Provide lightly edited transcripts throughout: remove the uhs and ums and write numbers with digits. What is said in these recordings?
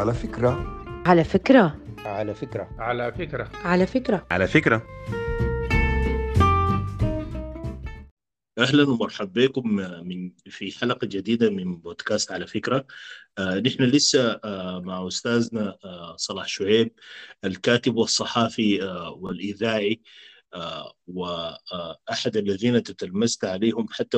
على فكرة على فكرة على فكرة على فكرة على فكرة على فكرة. أهلا ومرحبا بكم في حلقة جديدة من بودكاست على فكرة. نحن لسه مع أستاذنا صلاح شعيب، الكاتب والصحافي والإذاعي، وأحد الذين تتلمذت عليهم حتى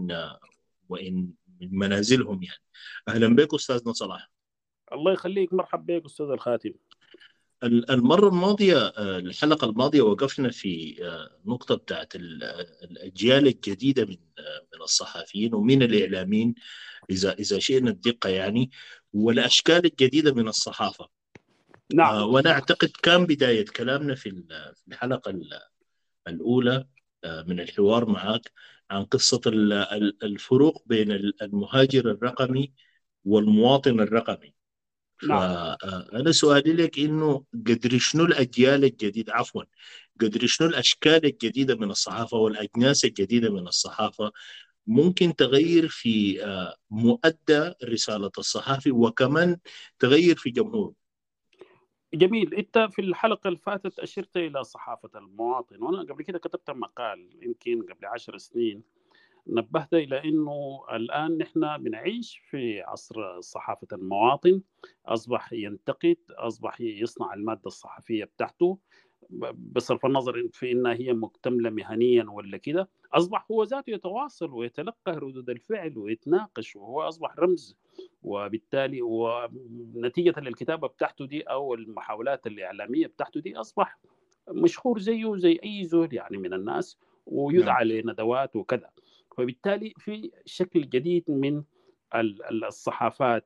وإن من منازلهم يعني. أهلا بك أستاذنا صلاح. الله يخليك، مرحبا بك أستاذ الخاتم. المرة الماضية، الحلقة الماضية وقفنا في نقطة بتاعت الأجيال الجديدة من الصحفيين ومن الإعلاميين، إذا شئنا الدقة يعني، والأشكال الجديدة من الصحافة. نعم. وأنا أعتقد كان بداية كلامنا في الحلقة الأولى من الحوار معك عن قصة الفروق بين المهاجر الرقمي والمواطن الرقمي. فأنا سؤالي لك إنه قدر شنو الأجيال الجديدة، عفوا قدر شنو الأشكال الجديدة من الصحافة والأجناس الجديدة من الصحافة ممكن تغير في مؤدى رسالة الصحافي وكمان تغير في جمهوره. جميل. أنت في الحلقة اللي فاتت أشرت إلى صحافة المواطن، وأنا قبل كده كتبت مقال يمكن قبل 10 سنين نبهت إلى أنه الآن نحن بنعيش في عصر صحافة المواطن. أصبح ينتقد، أصبح يصنع المادة الصحفية بتاعته بصرف النظر في أنها هي مكتملة مهنيا ولا كده. أصبح هو ذاته يتواصل ويتلقى ردود الفعل ويتناقش، وهو أصبح رمز، وبالتالي ونتيجة للكتابة بتاعته دي أو المحاولات الإعلامية بتاعته دي أصبح مشهور زيه زي أي زول يعني من الناس، ويدعى لندوات وكذا. فبالتالي في شكل جديد من الصحافات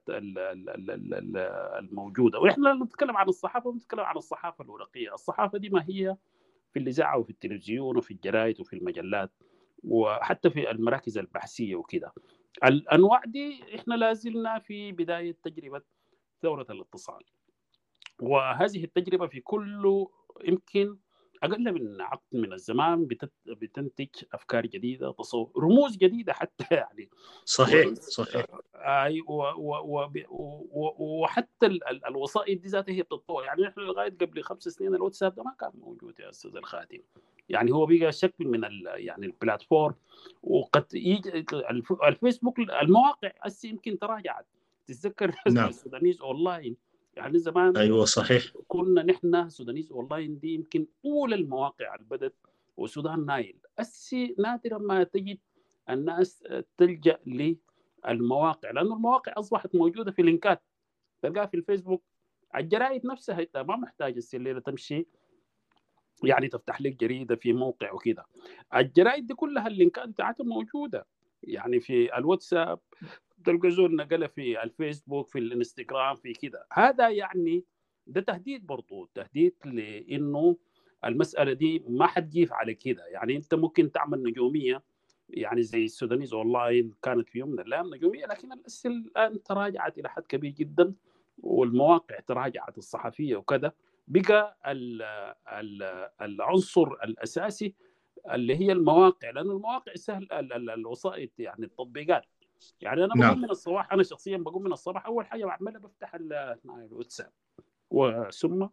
الموجودة. ونحن لما نتكلم عن الصحافة بنتكلم عن الصحافة الورقية. الصحافة دي ما هي في الإذاعة وفي التلفزيون وفي الجرائد وفي المجلات وحتى في المراكز البحثية وكده. الأنواع دي إحنا لازلنا في بداية تجربة ثورة الاتصال، وهذه التجربة في كل يمكن أقل من عقد من الزمان بتنتج أفكار جديدة، رموز جديدة حتى يعني. صحيح صحيح. وحتى الوسائط دي ذاتها هي بتتطور. يعني نحن لغاية قبل 5 سنين الواتساب ده ما كان موجود يا أستاذ الخاتم. يعني هو بقى شكل من يعني البلاتفورم. وقد يجي الفيسبوك، المواقع يمكن تراجعت. تتذكر نعم. السودانيز أونلاين، يعني زمان أيوة صحيح. كنا نحن سودانيز أونلاين دي يمكن أولى المواقع اللي بدت، وسودان نايل. نادرا ما تجد الناس تلجأ للمواقع، لأنه المواقع أصبحت موجودة في لينكات تلقاها في الفيسبوك. الجرائد نفسها انت ما محتاج الليلة تمشي يعني تفتح لك جريدة في موقع وكده. الجرائد دي كلها اللينكات بتاعتها موجودة يعني في الواتساب، تلقى زول نقلها في الفيسبوك، في الانستغرام، في كده. هذا يعني ده تهديد، برضو تهديد لانه المساله دي ما حتجيف على كده. يعني انت ممكن تعمل نجوميه يعني زي السودانيز اونلاين، كانت في يوم من الايام نجوميه، لكن الان تراجعت الى حد كبير جدا، والمواقع تراجعت الصحفيه وكذا. بقى العنصر الاساسي اللي هي المواقع، لأن المواقع سهل الوسائط يعني التطبيقات. يعني أنا بقوم من الصباح، أنا شخصيا بقوم من الصباح أول حاجة بعملها بفتح الواتساب، وثم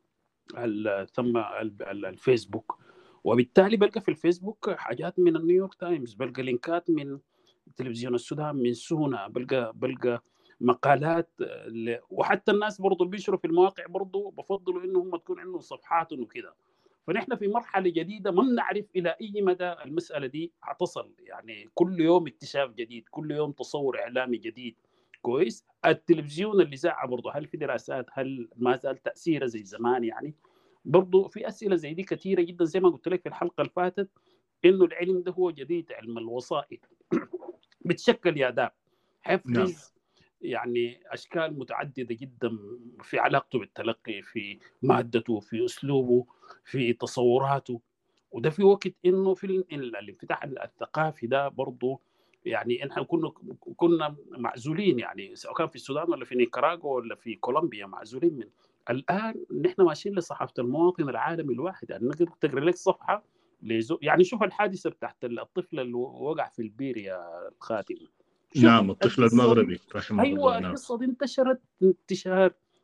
الفيسبوك. وبالتالي بلقى في الفيسبوك حاجات من النيويورك تايمز، بلقى لينكات من تلفزيون السودان، من سونا، بلقى مقالات. وحتى الناس برضو بيشروا في المواقع برضو بفضلوا إنهم تكون عندهم صفحات وكده. فنحن في مرحلة جديدة ما نعرف إلى أي مدى المسألة دي هتصل. يعني كل يوم اكتشاف جديد، كل يوم تصور إعلامي جديد. كويس. التلفزيون اللي زاعة برضه، هل في دراسات؟ هل ما زال تأثيره زي زمان؟ يعني برضه في أسئلة زي دي كثيرة جدا. زي ما قلت لك في الحلقة اللي فاتت إنه العلم ده هو جديد، علم الوسائط بتشكل آداب، حفرز يعني أشكال متعددة جدا في علاقته بالتلقي، في مادته، في أسلوبه، في تصوراته. وده في وقت إنه في الانفتاح الثقافي ده برضه يعني إحنا كنا معزولين، يعني سواء كان في السودان ولا في نيكاراغوا ولا في كولومبيا معزولين من. الآن نحن ماشيين لصحافة المواطن العالمي الواحد. يعني نقدر تقرأ لك صفحة يعني شوف الحادثة بتاعت الطفل اللي وقع في البير يا الخاتم. نعم، الطفل المغربي رحمه الله. أيوة، القصة دي انتشرت انتشار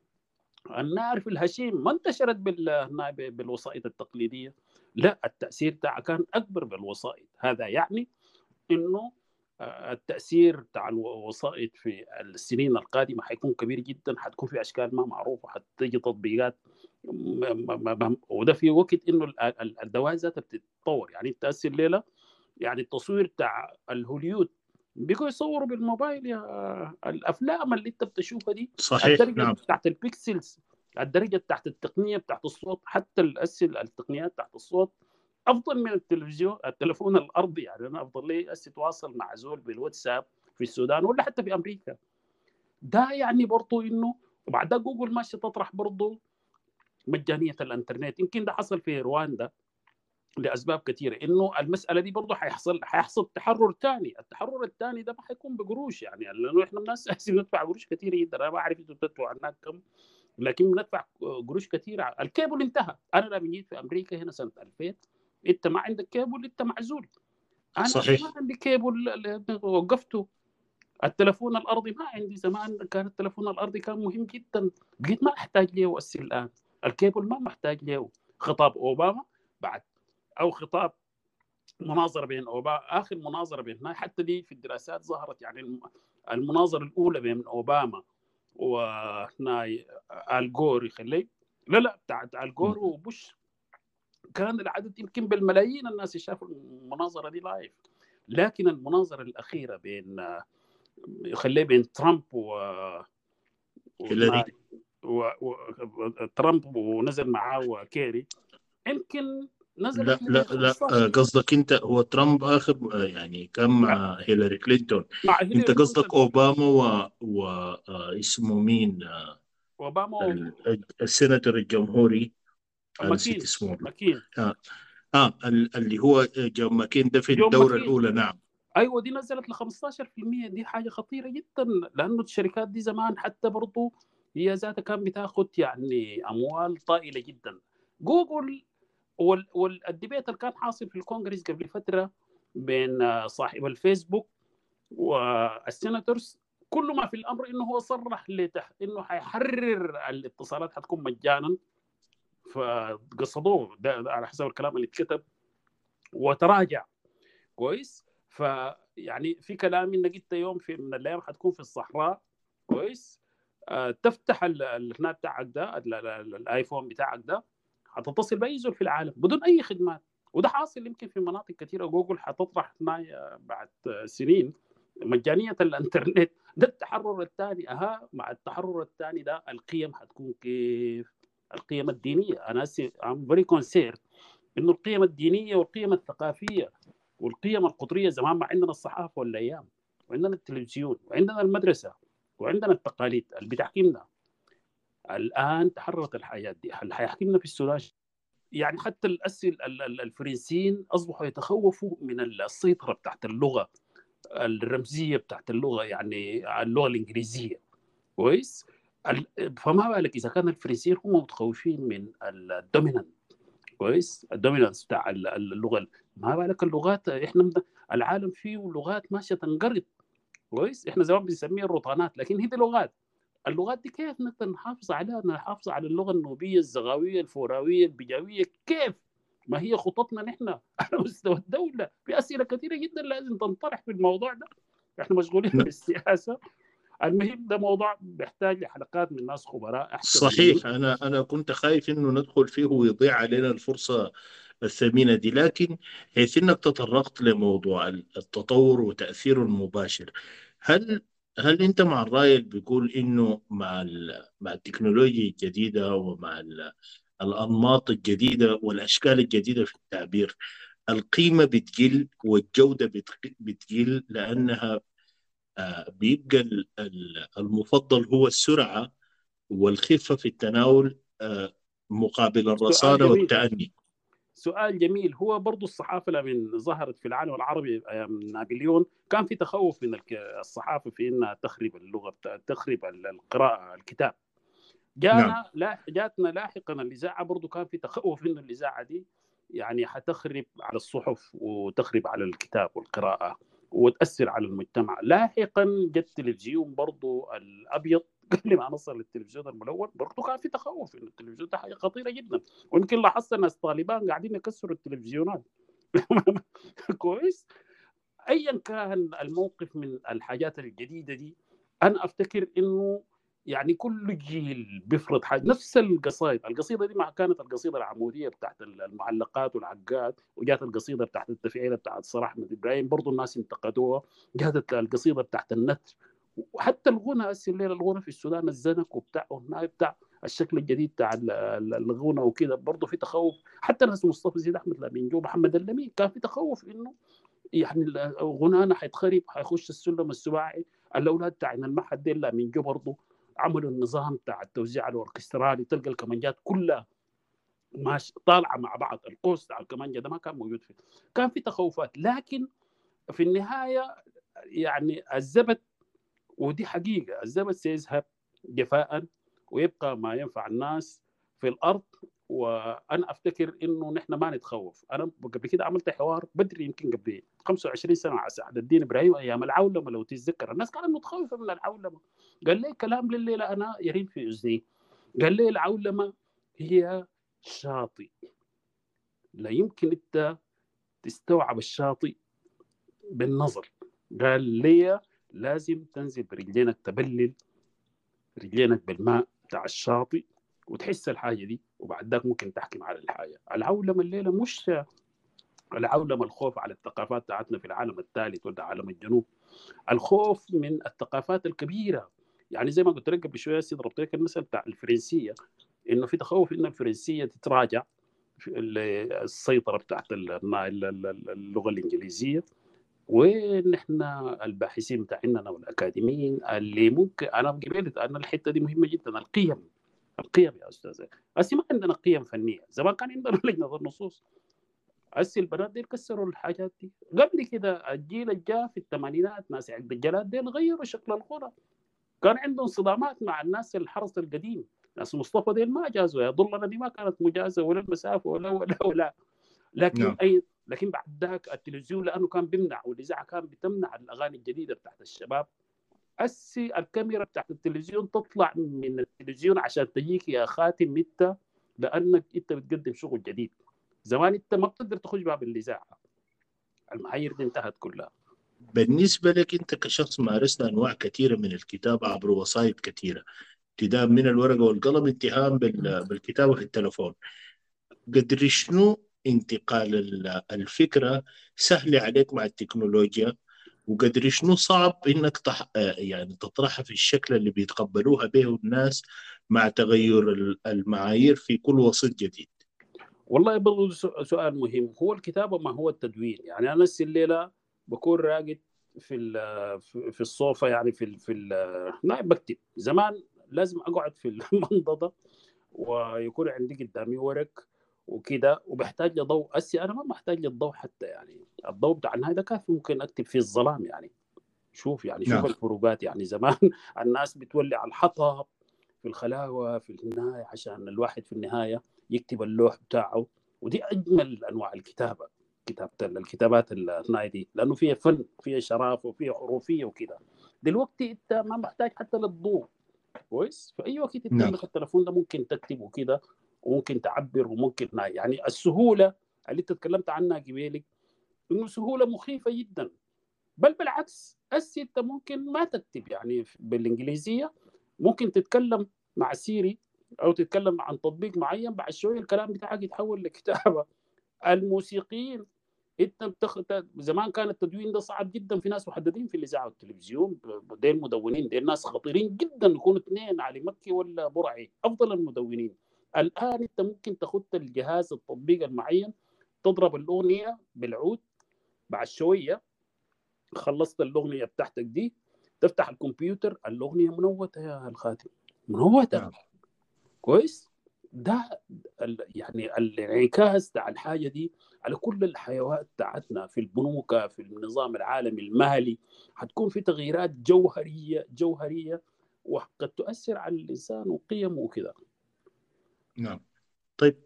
النار في الهشيم ما انتشرت بالوسائط التقليدية، لا التأثير بتاعها كان أكبر بالوسائط. هذا يعني إنه التأثير بتاع الوسائط في السنين القادمة حيكون كبير جدًا، حتكون في أشكال ما معروفة، حتيجي تطبيقات وده في وقت إنه الدوائر ذاتها بتتطور. يعني أنت هسه الليلة يعني التصوير بتاع الهوليود بقوا يصوروا بالموبايل يا الأفلام اللي أنت بتشوفها دي، صحيح، الدرجة نعم. بتاعة الpixels، الدرجة بتاعة التقنية بتاعة الصوت، حتى التقنيات بتاعة الصوت أفضل من التليفون الأرضي. يعني أنا أفضل لي هسه أتواصل مع زول بالواتساب في السودان والّا حتى في أمريكا. ده يعني برضه إنه وبعد ده جوجل ماشية تطرح برضه مجانية الإنترنت. يمكن ده حصل في رواندا لأسباب كثيرة، إنه المسألة دي برضه حيحصل تحرُّر تاني. التحرُّر التاني ده ما حيكون بقروش يعني، لأنه إحنا الناس عايزين ندفع قروش كتيرة جدًا. أنا ما أعرف أنتم بتدفعوا هناك كام، لكن بندفع قروش كتيرة. الكيبل انتهى. أنا لمّا جيت في أمريكا هنا سنة 2000 أنت ما عندك كيبل أنت معزول. أنا هسه ما صحيح. عندي كيبل وقّفته. التليفون الأرضي ما عندي. زمان كان التليفون الأرضي كان مهم جدًا، بقيت ما أحتاج له هسه الآن. الكيبل ما محتاج له. خطاب أوباما بعد أو خطاب مناظرة بين آخر مناظرة بين هاي حتى دي في الدراسات ظهرت. يعني المناظرة الأولى بين أوباما وهناي آل جور يخلي لا بتاعة آل جور وبوش كان العدد يمكن بالملايين الناس شافوا المناظرة دي لايف. لكن المناظرة الأخيرة يخليه بين ترامب هيلاري. وهناي ترامب ونزل معاه وكيري يمكن نزلت لا لا ل لا، 15 قصدك انت هو ترامب اخر، يعني كان مع هيلاري كلينتون. مع انت هيلاري كلينتون. قصدك اوباما اسمه مين، أوباما السيناتور الجمهوري. نسيت ماكين اسمه. ماكين آه. اللي هو جون ماكين ده في جون الدورة ماكين الأولى، نعم. ايوه دي نزلت ل 15%. دي حاجه خطيره جدا، لانه الشركات دي زمان حتى برضو هي ذاتها كان بتاخد يعني اموال طائله جدا. جوجل والديبيت اللي كان حاصل في الكونغرس قبل فتره بين صاحب الفيسبوك والسيناتورز، كل ما في الامر انه هو صرح انه حيحرر الاتصالات حتكون مجانا. فقصدوه ده على حسب الكلام اللي اتكتب وتراجع كويس. فيعني في كلام انك انت يوم من الايام حتكون في الصحراء كويس، تفتح الهناك بتاعك ده الايفون بتاعك ده حتتصل باي زول في العالم بدون اي خدمات. وده حاصل يمكن في مناطق كثيره. جوجل حتطرح بعد سنين مجانيه الانترنت. ده التحرر الثاني. مع التحرر الثاني ده القيم حتكون كيف؟ القيم الدينيه. انا ام فيري كونسيرن انه القيم الدينيه والقيم الثقافيه والقيم القطريه. زمان ما عندنا الصحافه والايام وعندنا التلفزيون وعندنا المدرسه وعندنا التقاليد اللي بتحكمنا. الان تحررت الحياه دي اللي حيحكمنا في السودان. يعني حتى الفرنسيين اصبحوا يتخوفوا من السيطره بتاعت اللغه الرمزيه بتاعت اللغه، يعني اللغه الانجليزيه كويس. فما بالك اذا كان الفرنسيين هم متخوفين من الدومينانت كويس، الدومينانس بتاع اللغه. ما بالك اللغات. احنا العالم فيه لغات ماشيه تنقرض كويس. احنا زمان بنسميها الروتانات، لكن هي دي لغات. اللغات دي كيف نقدر نحافظ عليها؟ نحافظ على اللغه النوبيه الزغاويه الفوراويه البجاويه كيف؟ ما هي خططنا نحن على مستوى الدوله. في اسئله كثيره جدا لازم تنطرح في الموضوع ده. احنا مشغولين بالسياسه. المهم ده موضوع بيحتاج لحلقات من ناس خبراء احسن مني. صحيح. أنا كنت خايف إنه ندخل فيه ويضيع علينا الفرصة الثمينة دي، لكن حيث إنك تطرقت لموضوع التطور وتأثيره المباشر، هل هل أنت مع الرأي اللي بيقول إنه مع التكنولوجيا الجديدة ومع الأنماط الجديدة والأشكال الجديدة في التعبير، القيمة بتقل والجودة بتقل، لأنها بيبقى المفضل هو السرعة والخفة في التناول، مقابل سؤال الرصانة جميل. والتأني. سؤال جميل. هو برضو الصحافة لما ظهرت في العالم العربي أيام نابليون كان في تخوف من الصحافة في أنها تخرب اللغة تخرب القراءة الكتاب. نعم. جاتنا لاحقا الإذاعة برضو كان في تخوف أن الإذاعة دي يعني حتخرب على الصحف وتخرب على الكتاب والقراءة وتأثر على المجتمع. لاحقا جاء التلفزيون برضو الأبيض قبل ما نصل للتلفزيون الملون برضه كان في تخوف انه التلفزيون ده حاجه خطيره جدا. ويمكن لاحظت الناس طالبان قاعدين يكسروا التلفزيونات. كويس. ايا كان الموقف من الحاجات الجديده دي، انا افتكر انه يعني كل جيل بيفرض حاجه. نفس القصيده دي ما كانت القصيده العموديه بتاعت المعلقات والعقاد، وجات القصيده بتاعت التفعيله بتاعت صلاح احمد ابراهيم برضه الناس انتقدوها، جات القصيده بتاعت النثر، وحتى الغنى هسه الليله الغنى في السودان الزنك وبتاع والناي بتاع الشكل الجديد بتاع الغنى وكده برضه في تخوف. حتى ناس مصطفى زيد احمد لامين محمد اللمين كان في تخوف انه يعني غنانا حيتخرب، حيخش السلم السباعي. الاولاد تاعنا المعهد ديل لامين جو برضه عملوا النظام بتاع التوزيع الاوركسترالي، تلقى الكمانجات كلها ماشي طالعه مع بعض، القوس بتاع الكمانجه ده ما كان موجود فيه. كان في تخوفات، لكن في النهايه يعني الزبد، ودي حقيقه، الزبد سيذهب جفاء ويبقى ما ينفع الناس في الارض. وانا افتكر انه نحن ما نتخوف. انا قبل كده عملت حوار بدري يمكن قبل 25 سنه على سعد الدين ابراهيم ايام العولمه، لو تتذكر الناس كانت متخوفه من العولمه. قال لي كلام لليله انا يرين في اذني، قال لي العولمه هي شاطئ، لا يمكن انت تستوعب الشاطئ بالنظر. قال لي لازم تنزل برجلينك، تبلل رجلينك بالماء بتاع الشاطئ وتحس الحاجه دي، وبعد ذاك ممكن تحكم على الحاجه. العولمه الليله مش العولمه الخوف على الثقافات بتاعتنا في العالم الثالث ولا عالم الجنوب، الخوف من الثقافات الكبيره. يعني زي ما قلت لك قبل شويه سيد، ضربت لك المثل بتاع الفرنسيه، انه في تخوف ان الفرنسيه تتراجع في السيطره بتاعت اللغه الانجليزيه. ونحن الباحثين بتاعنا والاكاديميين اللي ممكن انا قبلت ان الحته دي مهمه جدا، القيم. القيم يا استاذ، هسه ما عندنا قيم فنيه. زمان كان عندنا لجنه النصوص، هسه البنات دي كسروا الحاجات دي. قبل كده الجيل اللي جاء في الثمانينات ناس عقد الجلاد دي غيروا شكل الغنى، كان عندهم صدامات مع الناس الحرس القديم. ناس مصطفى دي ما جازوا، يا ضلنا دي ما كانت مجازه ولا المسافه ولا. لكن نعم. لكن بعد ذاك التلفزيون لانه كان بيمنع، والاذاعه كان بتمنع الاغاني الجديده بتاعت الشباب. الكاميرا بتاعت التلفزيون تطلع من التلفزيون عشان تجيك يا خاتم انت، لانك انت بتقدم شغل جديد. زمان انت ما بتقدر تخش باب الاذاعه، المعايير دي انتهت كلها. بالنسبة لك أنت كشخص مارست أنواع كثيرة من الكتابة عبر وسائط كثيرة، ابتداء من الورقة والقلم، انتهاء بالكتابة في التلفون، قدر شنو انتقال الفكرة سهل عليك مع التكنولوجيا، وقدر شنو صعب انك يعني تطرحها في الشكل اللي بيتقبلوها به الناس مع تغير المعايير في كل وسيط جديد؟ والله برضه سؤال مهم. هو الكتابه ما هو التدوين. يعني انا الليله بكون راقد في الصوفه، يعني نائب بكتب. زمان لازم اقعد في المنضده ويكون عندي قدامي ورق وكده، وبحتاج لضوء. انا ما محتاج للضوء حتى، يعني الضوء بتاع النهايه ده كافي، ممكن اكتب في الظلام يعني. شوف يعني شوف نعم. الفروقات. يعني زمان الناس بتولي على الحطب في الخلاوه في النهايه عشان الواحد في النهايه يكتب اللوح بتاعه. ودي اجمل انواع الكتابه، الكتابات الناي دي، لانه فيها فن، فيها شرافه وفيها حروفيه وكده. دلوقتي انت ما محتاج حتى للضوء. كويس، في اي وقت انت نعم. عندك التليفون ده ممكن تكتب وكده، وممكن تعبر، وممكن يعني السهوله اللي انت تكلمت عنها قبيلك، انه سهوله مخيفه جدا. بل بالعكس، انت ممكن ما تكتب يعني بالانجليزيه، ممكن تتكلم مع سيري او تتكلم عن تطبيق معين، بعد شويه الكلام بتاعك يتحول لكتابه. الموسيقيين انت زمان كان التدوين ده صعب جدا، في ناس محددين في الاذاعه والتلفزيون دي المدونين، دي الناس خطيرين جدا، يكونوا اثنين علي مكي ولا برعي افضل المدونين. الان انت ممكن تاخد الجهاز التطبيق المعين، تضرب الاغنيه بالعود، بعد شويه خلصت الاغنيه بتاعتك دي، تفتح الكمبيوتر الاغنيه منوته يا الخاتم، منوته. نعم. كويس. ده يعني الانعكاس بتاع الحاجه دي على كل الحيوات بتاعتنا في البنوك، في النظام العالمي المالي، حتكون في تغييرات جوهريه جوهريه، وقد تؤثر على الانسان وقيمه وكذا. نعم. طيب،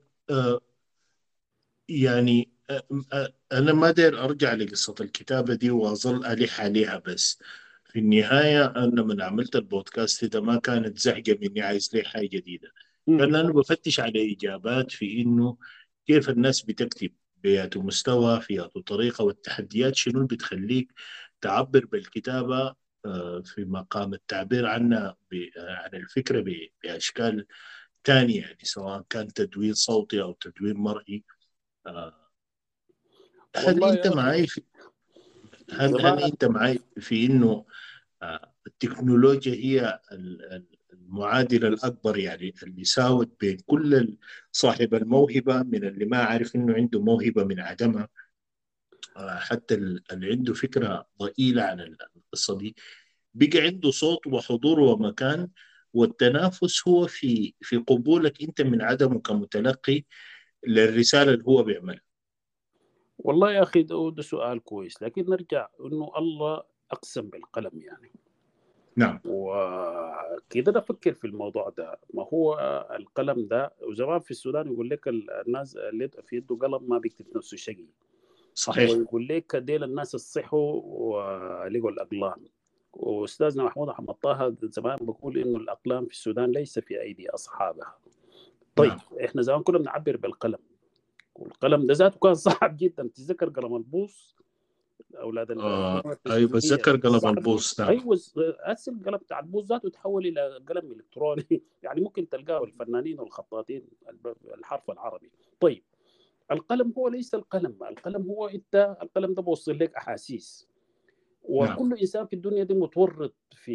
يعني أنا ما داير أرجع لقصة الكتابة دي وأظل ألح عليها، بس في النهاية أنا من عملت البودكاست ده ما كانت زحقة مني عايز لي حاجة جديدة، كان أنا بفتش على إجابات في إنه كيف الناس بتكتب بياتوا مستوى فياتوا طريقة، والتحديات شنو اللي بتخليك تعبر بالكتابة في مقام التعبير عنها عن الفكرة بأشكال تانية، يعني سواء كان تدوين صوتي أو تدوين مرئي. آه، هل والله أنت يا اخي معي هل زمان. أنت معي في إنه التكنولوجيا هي المعادلة الأكبر، يعني اللي يساوي بين كل صاحب الموهبة من اللي ما عارف إنه عنده موهبة من عدمها، حتى اللي عنده فكرة ضئيلة عن القصة دي بقى عنده صوت وحضور ومكان، والتنافس هو في قبولك أنت من عدمه كمتلقي للرسالة اللي هو بيعملها. والله يا اخي ده سؤال كويس، لكن نرجع انه الله اقسم بالقلم يعني. نعم. وكده نفكر في الموضوع ده، ما هو القلم ده، وزمان في السودان يقول لك الناس اللي في يده قلم ما بيكتب نفسه شقي، صحيح. ويقول لك ديل الناس الصحوا ولقوا الأقلام. وأستاذنا محمود أحمد طه زمان بقول إنه الأقلام في السودان ليس في أيدي أصحابها. طيب نعم. إحنا زمان كنا بنعبر بالقلم، والقلم ده ذاته كان صعب جدا. تتذكر قلم البوص؟ أولاد الحكومة أيوة التشريفية بتذكر قلم صعب. البوص. نعم. أيوة، أسل القلم بتاع البوص ذاته تحول إلى قلم إلكتروني يعني ممكن تلقاه الفنانين والخطاطين الحرف العربي. طيب القلم هو ليس القلم، القلم هو انت، القلم ده بوصل لك احاسيس. نعم. وكل انسان في الدنيا دي متورط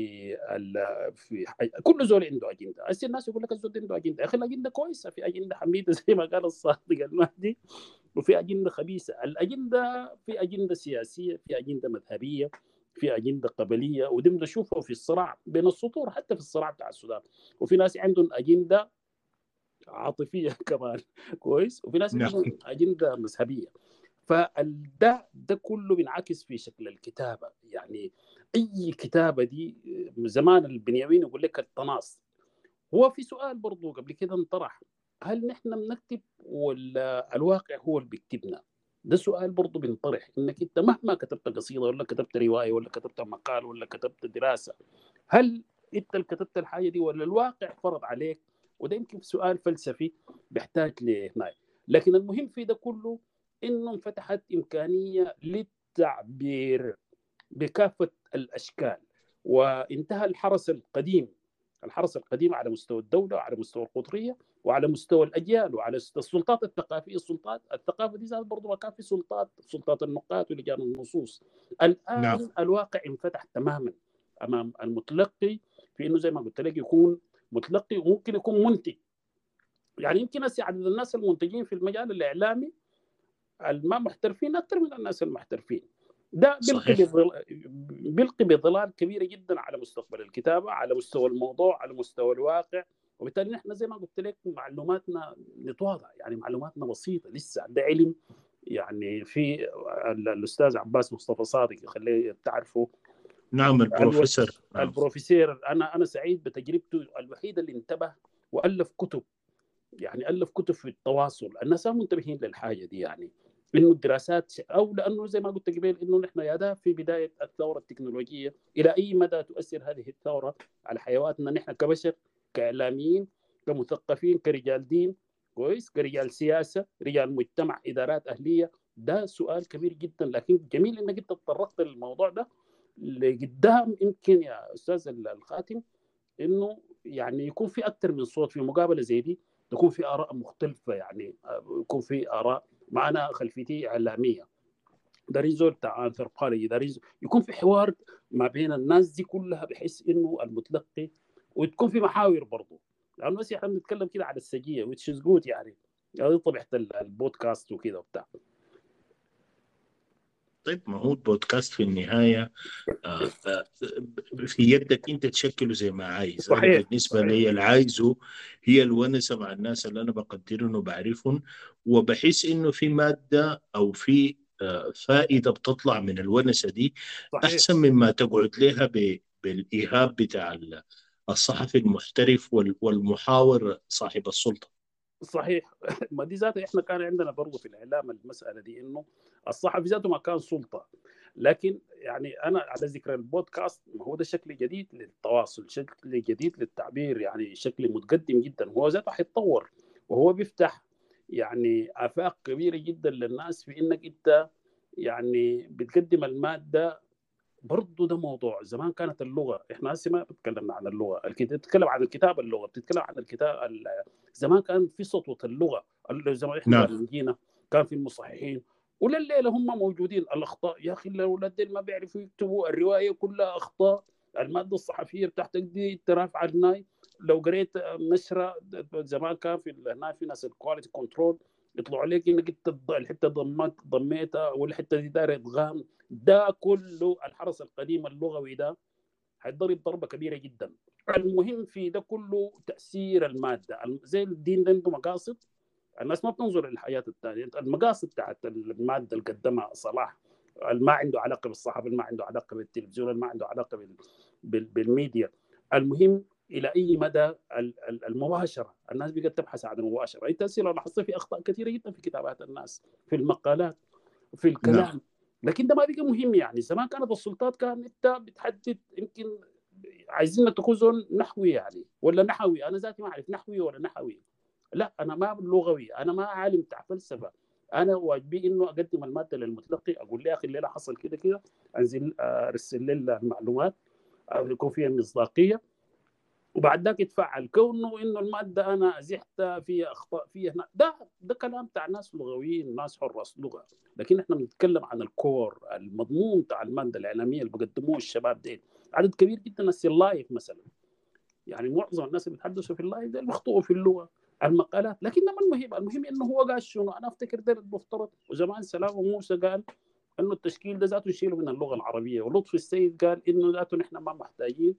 كل زول عنده اجنده. هسه الناس يقول لك الزول ده عنده اجنده، يا اخي الاجنده كويسه، في اجنده حميده زي ما قال الصادق المهدي، وفي اجنده خبيثه. الاجنده في اجنده سياسيه، في اجنده مذهبيه، في اجنده قبليه، ودي بنشوفها في الصراع بين السطور حتى في الصراع بتاع السودان. وفي ناس عندهم اجنده عاطفيه كمان كويس، وفي ناس نعم. عندهم اجنده مذهبيه. فده كله بينعكس في شكل الكتابه يعني. اي كتابه دي زمان البنيامين يقول لك التناص. هو في سؤال برضو قبل كده انطرح، هل نحن بنكتب ولا الواقع هو اللي بيكتبنا؟ ده سؤال برضو بينطرح، انك انت مهما كتبت قصيده ولا كتبت روايه ولا كتبت مقال ولا كتبت دراسه، هل انت اللي كتبت الحاجه دي ولا الواقع فرض عليك؟ وده يمكن سؤال فلسفي بيحتاج لهناك. لكن المهم في ده كله انه انفتحت امكانيه للتعبير بكافه الاشكال. وانتهى الحرس القديم، الحرس القديم على مستوى الدوله وعلى مستوى القطريه وعلى مستوى الاجيال وعلى السلطات الثقافيه. السلطات الثقافه دي ذات برضه ما كان في سلطات، سلطات النقاد ولجان النصوص. نعم. الان الواقع انفتح تماما امام المتلقي، في انه زي ما قلت لك يكون متلقي وممكن يكون منتج. يعني يمكن عدد الناس المنتجين في المجال الاعلامي الما محترفين اكثر من الناس المحترفين. ده صحيح. بيلقي بظلال كبيره جدا على مستقبل الكتابه، على مستوى الموضوع، على مستوى الواقع. وبالتالي نحن زي ما قلت لك معلوماتنا نتواضع، يعني معلوماتنا بسيطه لسه، ده علم. يعني في الاستاذ عباس مصطفى صادق، خليه تعرفه، نعم. البروفيسور. نعم. البروفيسور. انا سعيد بتجربته الوحيده اللي انتبه والف كتب، يعني الف كتب في التواصل. الناس ما منتبهين للحاجه دي، يعني انه الدراسات، او لانه زي ما قلت قبل انه نحن يا ده في بدايه الثوره التكنولوجيه، الى اي مدى تؤثر هذه الثوره على حيواتنا نحن كبشر، كاعلاميين، كمثقفين، كرجال دين كويس، كرجال سياسه، رجال مجتمع، ادارات اهليه. ده سؤال كبير جدا، لكن جميل انك انت تطرقت للموضوع ده لقدام. يمكن يا استاذ الخاتم انه يعني يكون في اكثر من صوت في مقابله زي دي، تكون في اراء مختلفه، يعني يكون في اراء معنا خلفيتي اعلاميه، ده ريزول بتاع انثروبولوجي، ده ريزول يكون في حوار ما بين الناس دي كلها، بحيث انه المتلقي، وتكون في محاور برضه. لانه بس احنا بنتكلم كده على السجيه which is good يعني. هذه طبيعه البودكاست وكده وبتاع. طيب ما هو البودكاست في النهاية آه، آه، في يدك انت تشكله زي ما عايز. انا صحيح بالنسبه صحيح. لي العايزه هي الونسه مع الناس اللي انا بقدرهم وبعرفهم، وبحس انه في ماده او في فائده بتطلع من الونسه دي صحيح احسن مما تقعد لها بالايهاب بتاع الصحفي المحترف والمحاور صاحب السلطه. صحيح. ما دي ذاتها احنا كان عندنا برضه في الاعلام المساله دي، انه الصحفي ذاته ما كان سلطه، لكن يعني انا على ذكر البودكاست، ما هو ده شكل جديد للتواصل، شكل جديد للتعبير، يعني شكل متقدم جدا، هو ذاته حيتطور، وهو بيفتح يعني افاق كبيره جدا للناس في انك انت يعني بتقدم الماده. برضه ده موضوع زمان كانت اللغه، احنا هسه ما بتكلمنا عن اللغه، بتتكلم عن الكتاب، اللغه بتتكلم عن الكتاب زمان كان في سطوه اللغه، زمان احنا نعم. لما جينا كان في المصححين، ولليله هم موجودين الاخطاء. يا اخي الاولاد دي ما بيعرفوا يكتبوا، الروايه كلها اخطاء، الماده الصحفيه بتاعتك دي انت رافع الناي. لو قريت نشره زمان كان في هناك في ناس الكواليتي كنترول يطلعوا عليك انك انت الحته ضميتها والحته دي دايره ادغام. ده كله الحرس القديم اللغوي ده هيضرب ضربه كبيره جدا. المهم في ده كله تاثير الماده، زي الدين ده عنده مقاصد، الناس ما بتنظر للحياه الثانيه، المقاصد بتاعت الماده اللي قدمها صلاح ما عنده علاقه بالصحافه، ما عنده علاقه بالتلفزيون، ما عنده علاقه بالميديا. المهم الى اي مدى المباشره، الناس بقت تبحث عن المباشره. انت لو لاحظت في اخطاء كثيره جدا في كتابات الناس، في المقالات، في نعم. الكلام، لكن ده ما بقى مهم. يعني زمان كانت السلطات كان انت بتحدد، يمكن عايزين تكون نحوي يعني ولا نحوي، انا ذاتي ما اعرف نحوي ولا نحوي، لا انا ما لغوي، انا ما عالم بتاع فلسفه، انا واجبي انه اقدم الماده للمتلقي، اقول له يا اخي الليله حصل كده كده، انزل ارسل له المعلومات يكون فيها مصداقيه، وبعد ذاك يتفعل. كونه انه الماده انا ازحت فيها اخطاء فيها، ده كلام بتاع ناس لغويين، ناس حراس لغه. لكن احنا بنتكلم عن الكور، المضمون بتاع الماده الاعلاميه اللي بيقدموه الشباب دي. عدد كبير جدا ناس اللايف مثلا، يعني معظم الناس اللي بيتحدثوا في اللايف ده بيخطئوا في اللغه، المقالات. لكن ما المهم انه هو قال شنو. انا افتكر ده المفترض، وزمان سلام موسى قال انه التشكيل ده ذاته يشيله من اللغه العربيه، ولطفي السيد قال انه ذاته نحن ما محتاجين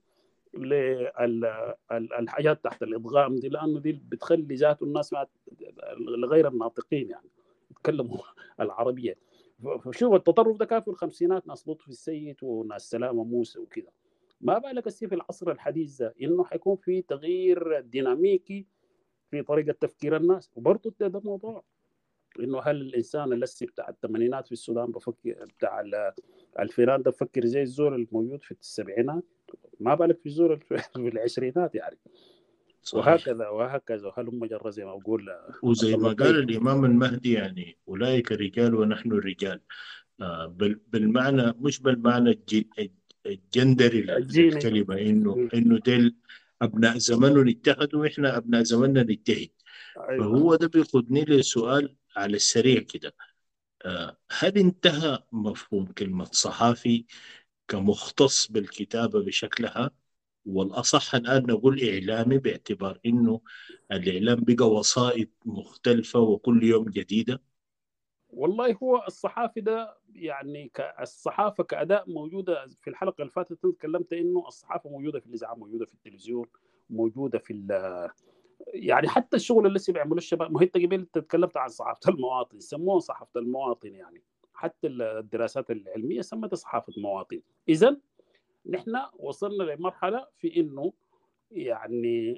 للحاجات تحت الادغام دي، لانه دي بتخلي ذاته الناس غير الناطقين يعني يتكلموا العربيه. فشوف التطرف ده كان في الخمسينات، ناس لطفي السيد وناس سلامه موسى وكذا. ما بالك في العصر الحديث ده انه حيكون في تغيير ديناميكي في طريقه تفكير الناس. وبرضه ده موضوع انه هل الانسان اللسي بتاع الثمانينات في السودان بفكر، بتاع الفيران ده بفكر زي الزول الموجود في السبعينات؟ ما بالك في الزول في العشرينات يعني. صحيح. وهكذا وهكذا، وهل مجرد زي ما بقول وزي ما قال اللطيف. الإمام المهدي يعني أولئك رجال ونحن رجال. بالمعنى، مش بالمعنى الجندري الجيني. للكلمة، إنه ديل أبناء زمنهم اجتهدوا وإحنا أبناء زمننا نجتهد. ايوه. فهو ده بيقودني لسؤال على السريع كده. هل انتهى مفهوم كلمة صحافي كمختص بالكتابة بشكلها، والأصح الآن نقول إعلامي، باعتبار إنه الإعلام بقى وسائط مختلفة وكل يوم جديدة؟ والله هو الصحافي ده يعني الصحافه كاداء موجوده. في الحلقه اللي فاتت تكلمت انه الصحافه موجوده في الاذاعه، موجوده في التلفزيون، موجوده في يعني حتى الشغل اللي لسه بيعملوه الشباب. ما هي انت قبل تتكلمت عن صحافه المواطن، سموها صحافه المواطن يعني، حتى الدراسات العلميه سمتها صحافه مواطن. اذا نحن وصلنا لمرحله في انه يعني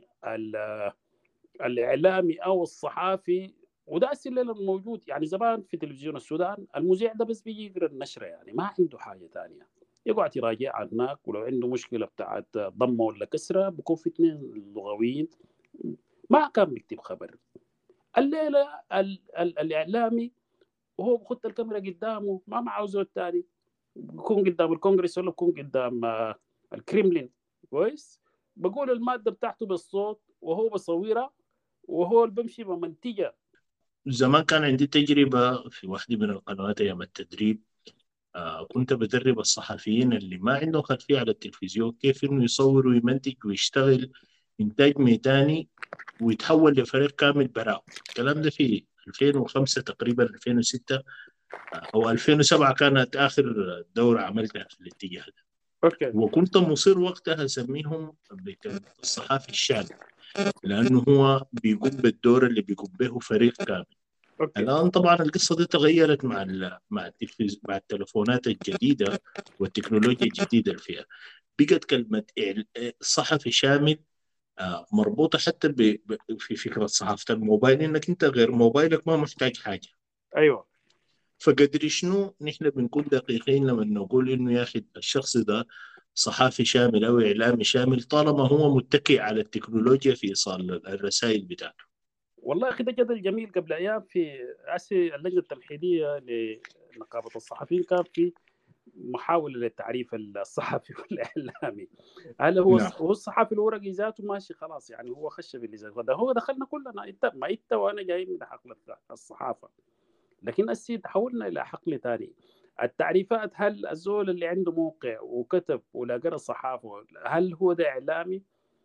الاعلامي او الصحافي، وده الليله الموجود. يعني زمان في تلفزيون السودان المذيع ده بس بيجي يقرا النشره، يعني ما عنده حاجه ثانيه، يقعد يراجع هناك، ولو عنده مشكله بتاعت ضمه ولا كسره بكون في اثنين لغويين، ما كان بيكتب خبر. الليله الاعلامي وهو بخط الكاميرا قدامه، ما معه زول ثاني، بيكون قدام الكونغرس ولا بيكون قدام الكريملين، كويس، بقول الماده بتاعته بالصوت وهو بصورها، وهو اللي بمشي بمنتجها. زمان كان عندي تجربة في واحدة من القنوات أيام التدريب. كنت بدرب الصحفيين اللي ما عندهم خلفية على التلفزيون كيف إنه يصور ويمنتج ويشتغل إنتاج ميداني ويتحول لفريق كامل براء. الكلام ده في 2005 تقريبا، 2006 أو 2007 كانت آخر دورة عملتها في الاتجاه ده. اوكي. وكنت مصر وقتها أسميهم الصحافي الشامل، لأنه هو بيقوم بالدور اللي بيقوم به فريق كامل. اوكي. الآن طبعا القصة دي تغيرت مع مع التلفونات الجديدة والتكنولوجيا الجديدة اللي فيها. بقت كلمة صحفي شامل مربوطة حتى في فكرة صحافة الموبايل، إنك أنت غير موبايلك ما محتاج حاجة. ايوه فقدر شنو نحن بنكون دقيقين لما نقول إنه يا أخي الشخص ده صحافي شامل أو إعلامي شامل طالما هو متكئ على التكنولوجيا في إيصال الرسائل بتاعته. والله اخي، ده جدل جميل. قبل ايام في اللجنه التمهيديه لنقابه الصحفيين كان في محاوله لتعريف الصحفي والاعلامي. هل نعم. هو الصحفي الورقي ذاته ماشي خلاص، يعني هو خش في اللي زي ده، هو دخلنا كلنا انت ما انت وانا جايين من حقل الصحافه. لكن السي تحولنا الى حقل ثاني. التعريفات، هل الزول اللي عنده موقع وكتب ولا قرا صحافه هل هو ده اعلامي؟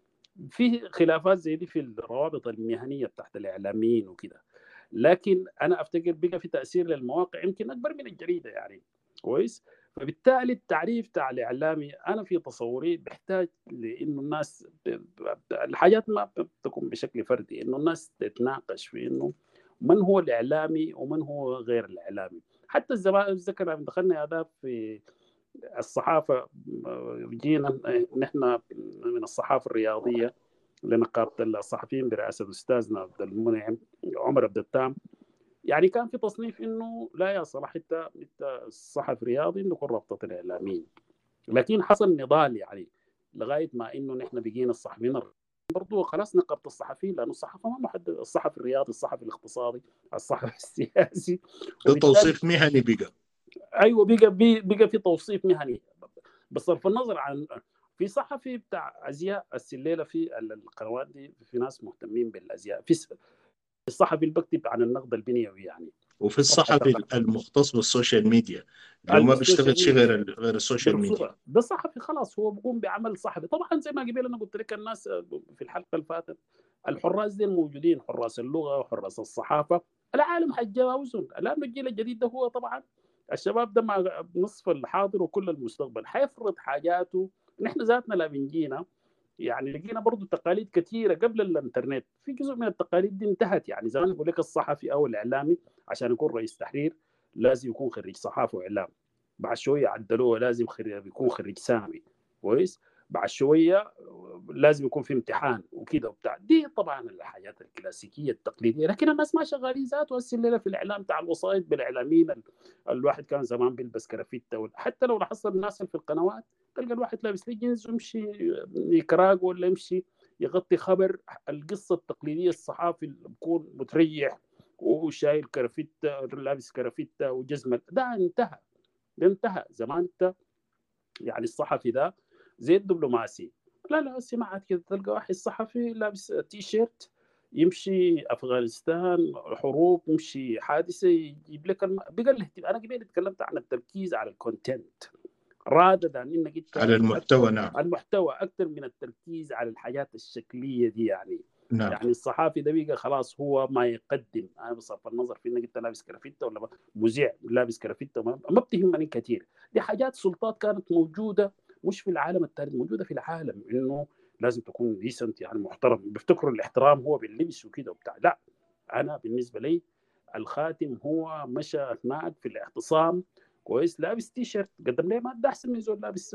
في خلافات زي دي في الروابط المهنيه بتاعت الاعلاميين وكده. لكن انا افتكر بقى في تاثير للمواقع يمكن اكبر من الجريده يعني. كويس. فبالتالي التعريف بتاع الاعلامي انا في تصوري بيحتاج لانه الناس الحاجات ما بتكون بشكل فردي، انه الناس تتناقش في انه من هو الاعلامي ومن هو غير الاعلامي. حتى الزمان اتذكر لما دخلنا آداب في الصحافه، جينا نحن من الصحافه الرياضيه لنقابه الصحفيين برئاسه استاذنا عبد المنعم عمر عبد التام. يعني كان في تصنيف انه لا يا صلاح انت الصحفي رياضي انه يكون رابطه الاعلاميين. لكن حصل نضال يعني لغايه ما انه نحن بقينا الصحفيين برضو خلاص نقابه الصحفيين، لانه الصحافه ما محدد، الصحفي الرياضي، الصحفي الاقتصادي، الصحفي السياسي. ده وبالتالي توصيف مهني بقى. ايوه بقى في توصيف مهني. بصرف النظر عن في صحفي بتاع ازياء السليله في القنوات دي، في ناس مهتمين بالازياء، في الصحفي اللي بكتب عن النقد البنيوي يعني وفي صفحه الصحفي المختص بالسوشيال ميديا اللي هو ما السوشيال بيشتغل شيء ميديا غير السوشيال ميديا. بالصورة ده صحفي خلاص، هو بيقوم بعمل صحفي. طبعا زي ما قبل انا قلت لك الناس في الحلقه اللي فاتت، الحراس دي الموجودين، حراس اللغه وحراس الصحافه، العالم حيتجاوزهم، لانه الجيل الجديد ده هو طبعا الشباب ده مع نصف الحاضر وكل المستقبل حيفرض حاجاته. نحن ذاتنا لا بنجينا يعني لقينا برضو تقاليد كثيره قبل الانترنت، في جزء من التقاليد دي انتهت. يعني زمان يقول لك الصحفي او الاعلامي عشان يكون رئيس تحرير لازم يكون خريج صحافه واعلام، بعد شويه عدلوه لازم يكون خريج سامي. كويس. بعد شويه لازم يكون في امتحان وكده وبتاع. دي طبعا الحاجات الكلاسيكيه التقليديه، لكن الناس ما شغالين ذاته هسه الليله في الاعلام بتاع الوسائط بالاعلاميين. الواحد كان زمان بيلبس كرافته، حتى لو لاحظت الناس اللي في القنوات تلقى الواحد لابس لي جينز ويمشي يكراج ولا يمشي يغطي خبر. القصه التقليديه الصحافي اللي بيكون متريح وشايل كرافته لابس كرافته وجزمه، ده انتهى. ده انتهى زمان. انت يعني الصحفي ده زي الدبلوماسي. لا لا هسه ما عاد كده، تلقى واحد صحفي لابس تي شيرت يمشي افغانستان حروب، يمشي حادثه يجيب لك بقى الاهتمام. انا قبل تكلمت عن التركيز على الكونتنت رادد عن انك انت على المحتوى. نعم. المحتوى اكثر من التركيز على الحاجات الشكليه دي يعني. نعم. يعني الصحافي ده بقى خلاص هو ما يقدم. انا بصرف النظر في انك انت لابس كرافته ولا مذيع لابس كرافته ما بتهمني كثير. دي حاجات سلطات كانت موجوده مش في العالم الثالث، موجوده في العالم، انه لازم تكون ديسنت يعني محترم. بيفتكروا الاحترام هو باللبس وكده وبتاع. لا، انا بالنسبه لي الخاتم هو مشى هناك في الاعتصام كويس لابس تي شيرت، قدم لي ماده احسن من زول لابس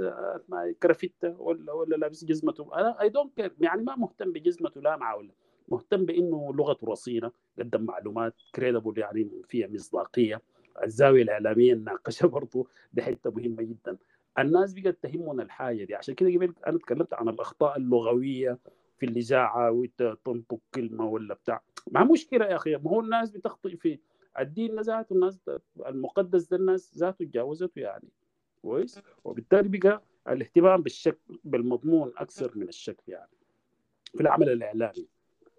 كرافته ولا لابس جزمته. انا اي دونت كير يعني، ما مهتم بجزمته لامعه ولا مهتم بانه لغته رصينه، قدم معلومات كريدبل يعني فيها مصداقيه. الزاويه الاعلاميه الناقشه برضه دي حته مهمه جدا. الناس بقت تهمنا الحاجه دي. عشان كده قبل انا تكلمت عن الاخطاء اللغويه في الاذاعه، وانت تنطق كلمه ولا بتاع. ما مشكله يا اخي، ما هو الناس بتخطئ في الدين ذاته، الناس المقدس ده الناس ذاته تجاوزته يعني. كويس. وبالتالي بقى الاهتمام بالشكل بالمضمون اكثر من الشكل يعني في العمل الاعلامي.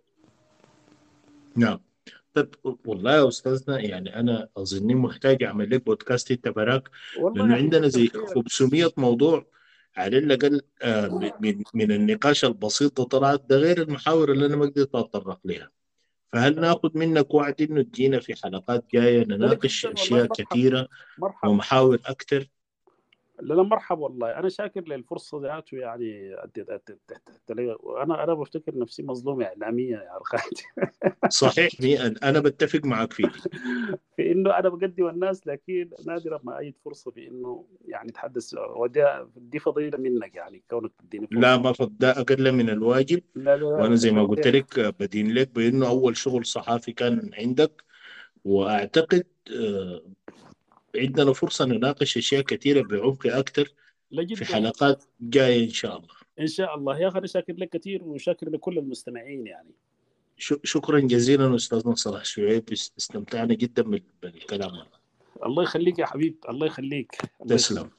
نعم. طيب والله يا استاذنا، يعني انا اظني محتاج اعمل لك بودكاست انت براك، والله لانه يا اخي عندنا كثر زي خيرك. 500 موضوع على الاقل. من النقاش البسيط ده طلعت، ده غير المحاور اللي انا ما قدرت اتطرق لها. فهل ناخذ منك وعد انه تجينا في حلقات جايه ذلك نناقش جدا والله، اشياء مرحب. كثيره مرحب. ومحاور اكثر؟ لا لا، مرحبا والله، انا شاكر للفرصه ذاته يعني. انا بفتكر نفسي مظلوم اعلاميا يا الخالد. صحيح 100. أنا بتفق معك في دي. في انه انا بقدم الناس، لكن نادرا ما اجد فرصه في انه يعني اتحدث، دي فضيله منك يعني كونك تديني لا، فرصه. ما ده أقل من الواجب. لا لا وأنا زي ما قلت لا. لك بدين لك بأنه أول شغل صحافي كان عندك. وأعتقد عندنا فرصة نناقش أشياء كثيرة بعمق أكثر لا في جدا. حلقات جاية إن شاء الله. ان شاء الله يا اخي، انا شاكر لك كثير وشاكر لكل المستمعين يعني. شكرا جزيلا أستاذنا صلاح شعيب، استمتعنا جدا بالكلام معك. الله يخليك يا حبيب، الله يخليك، الله يخليك. تسلم.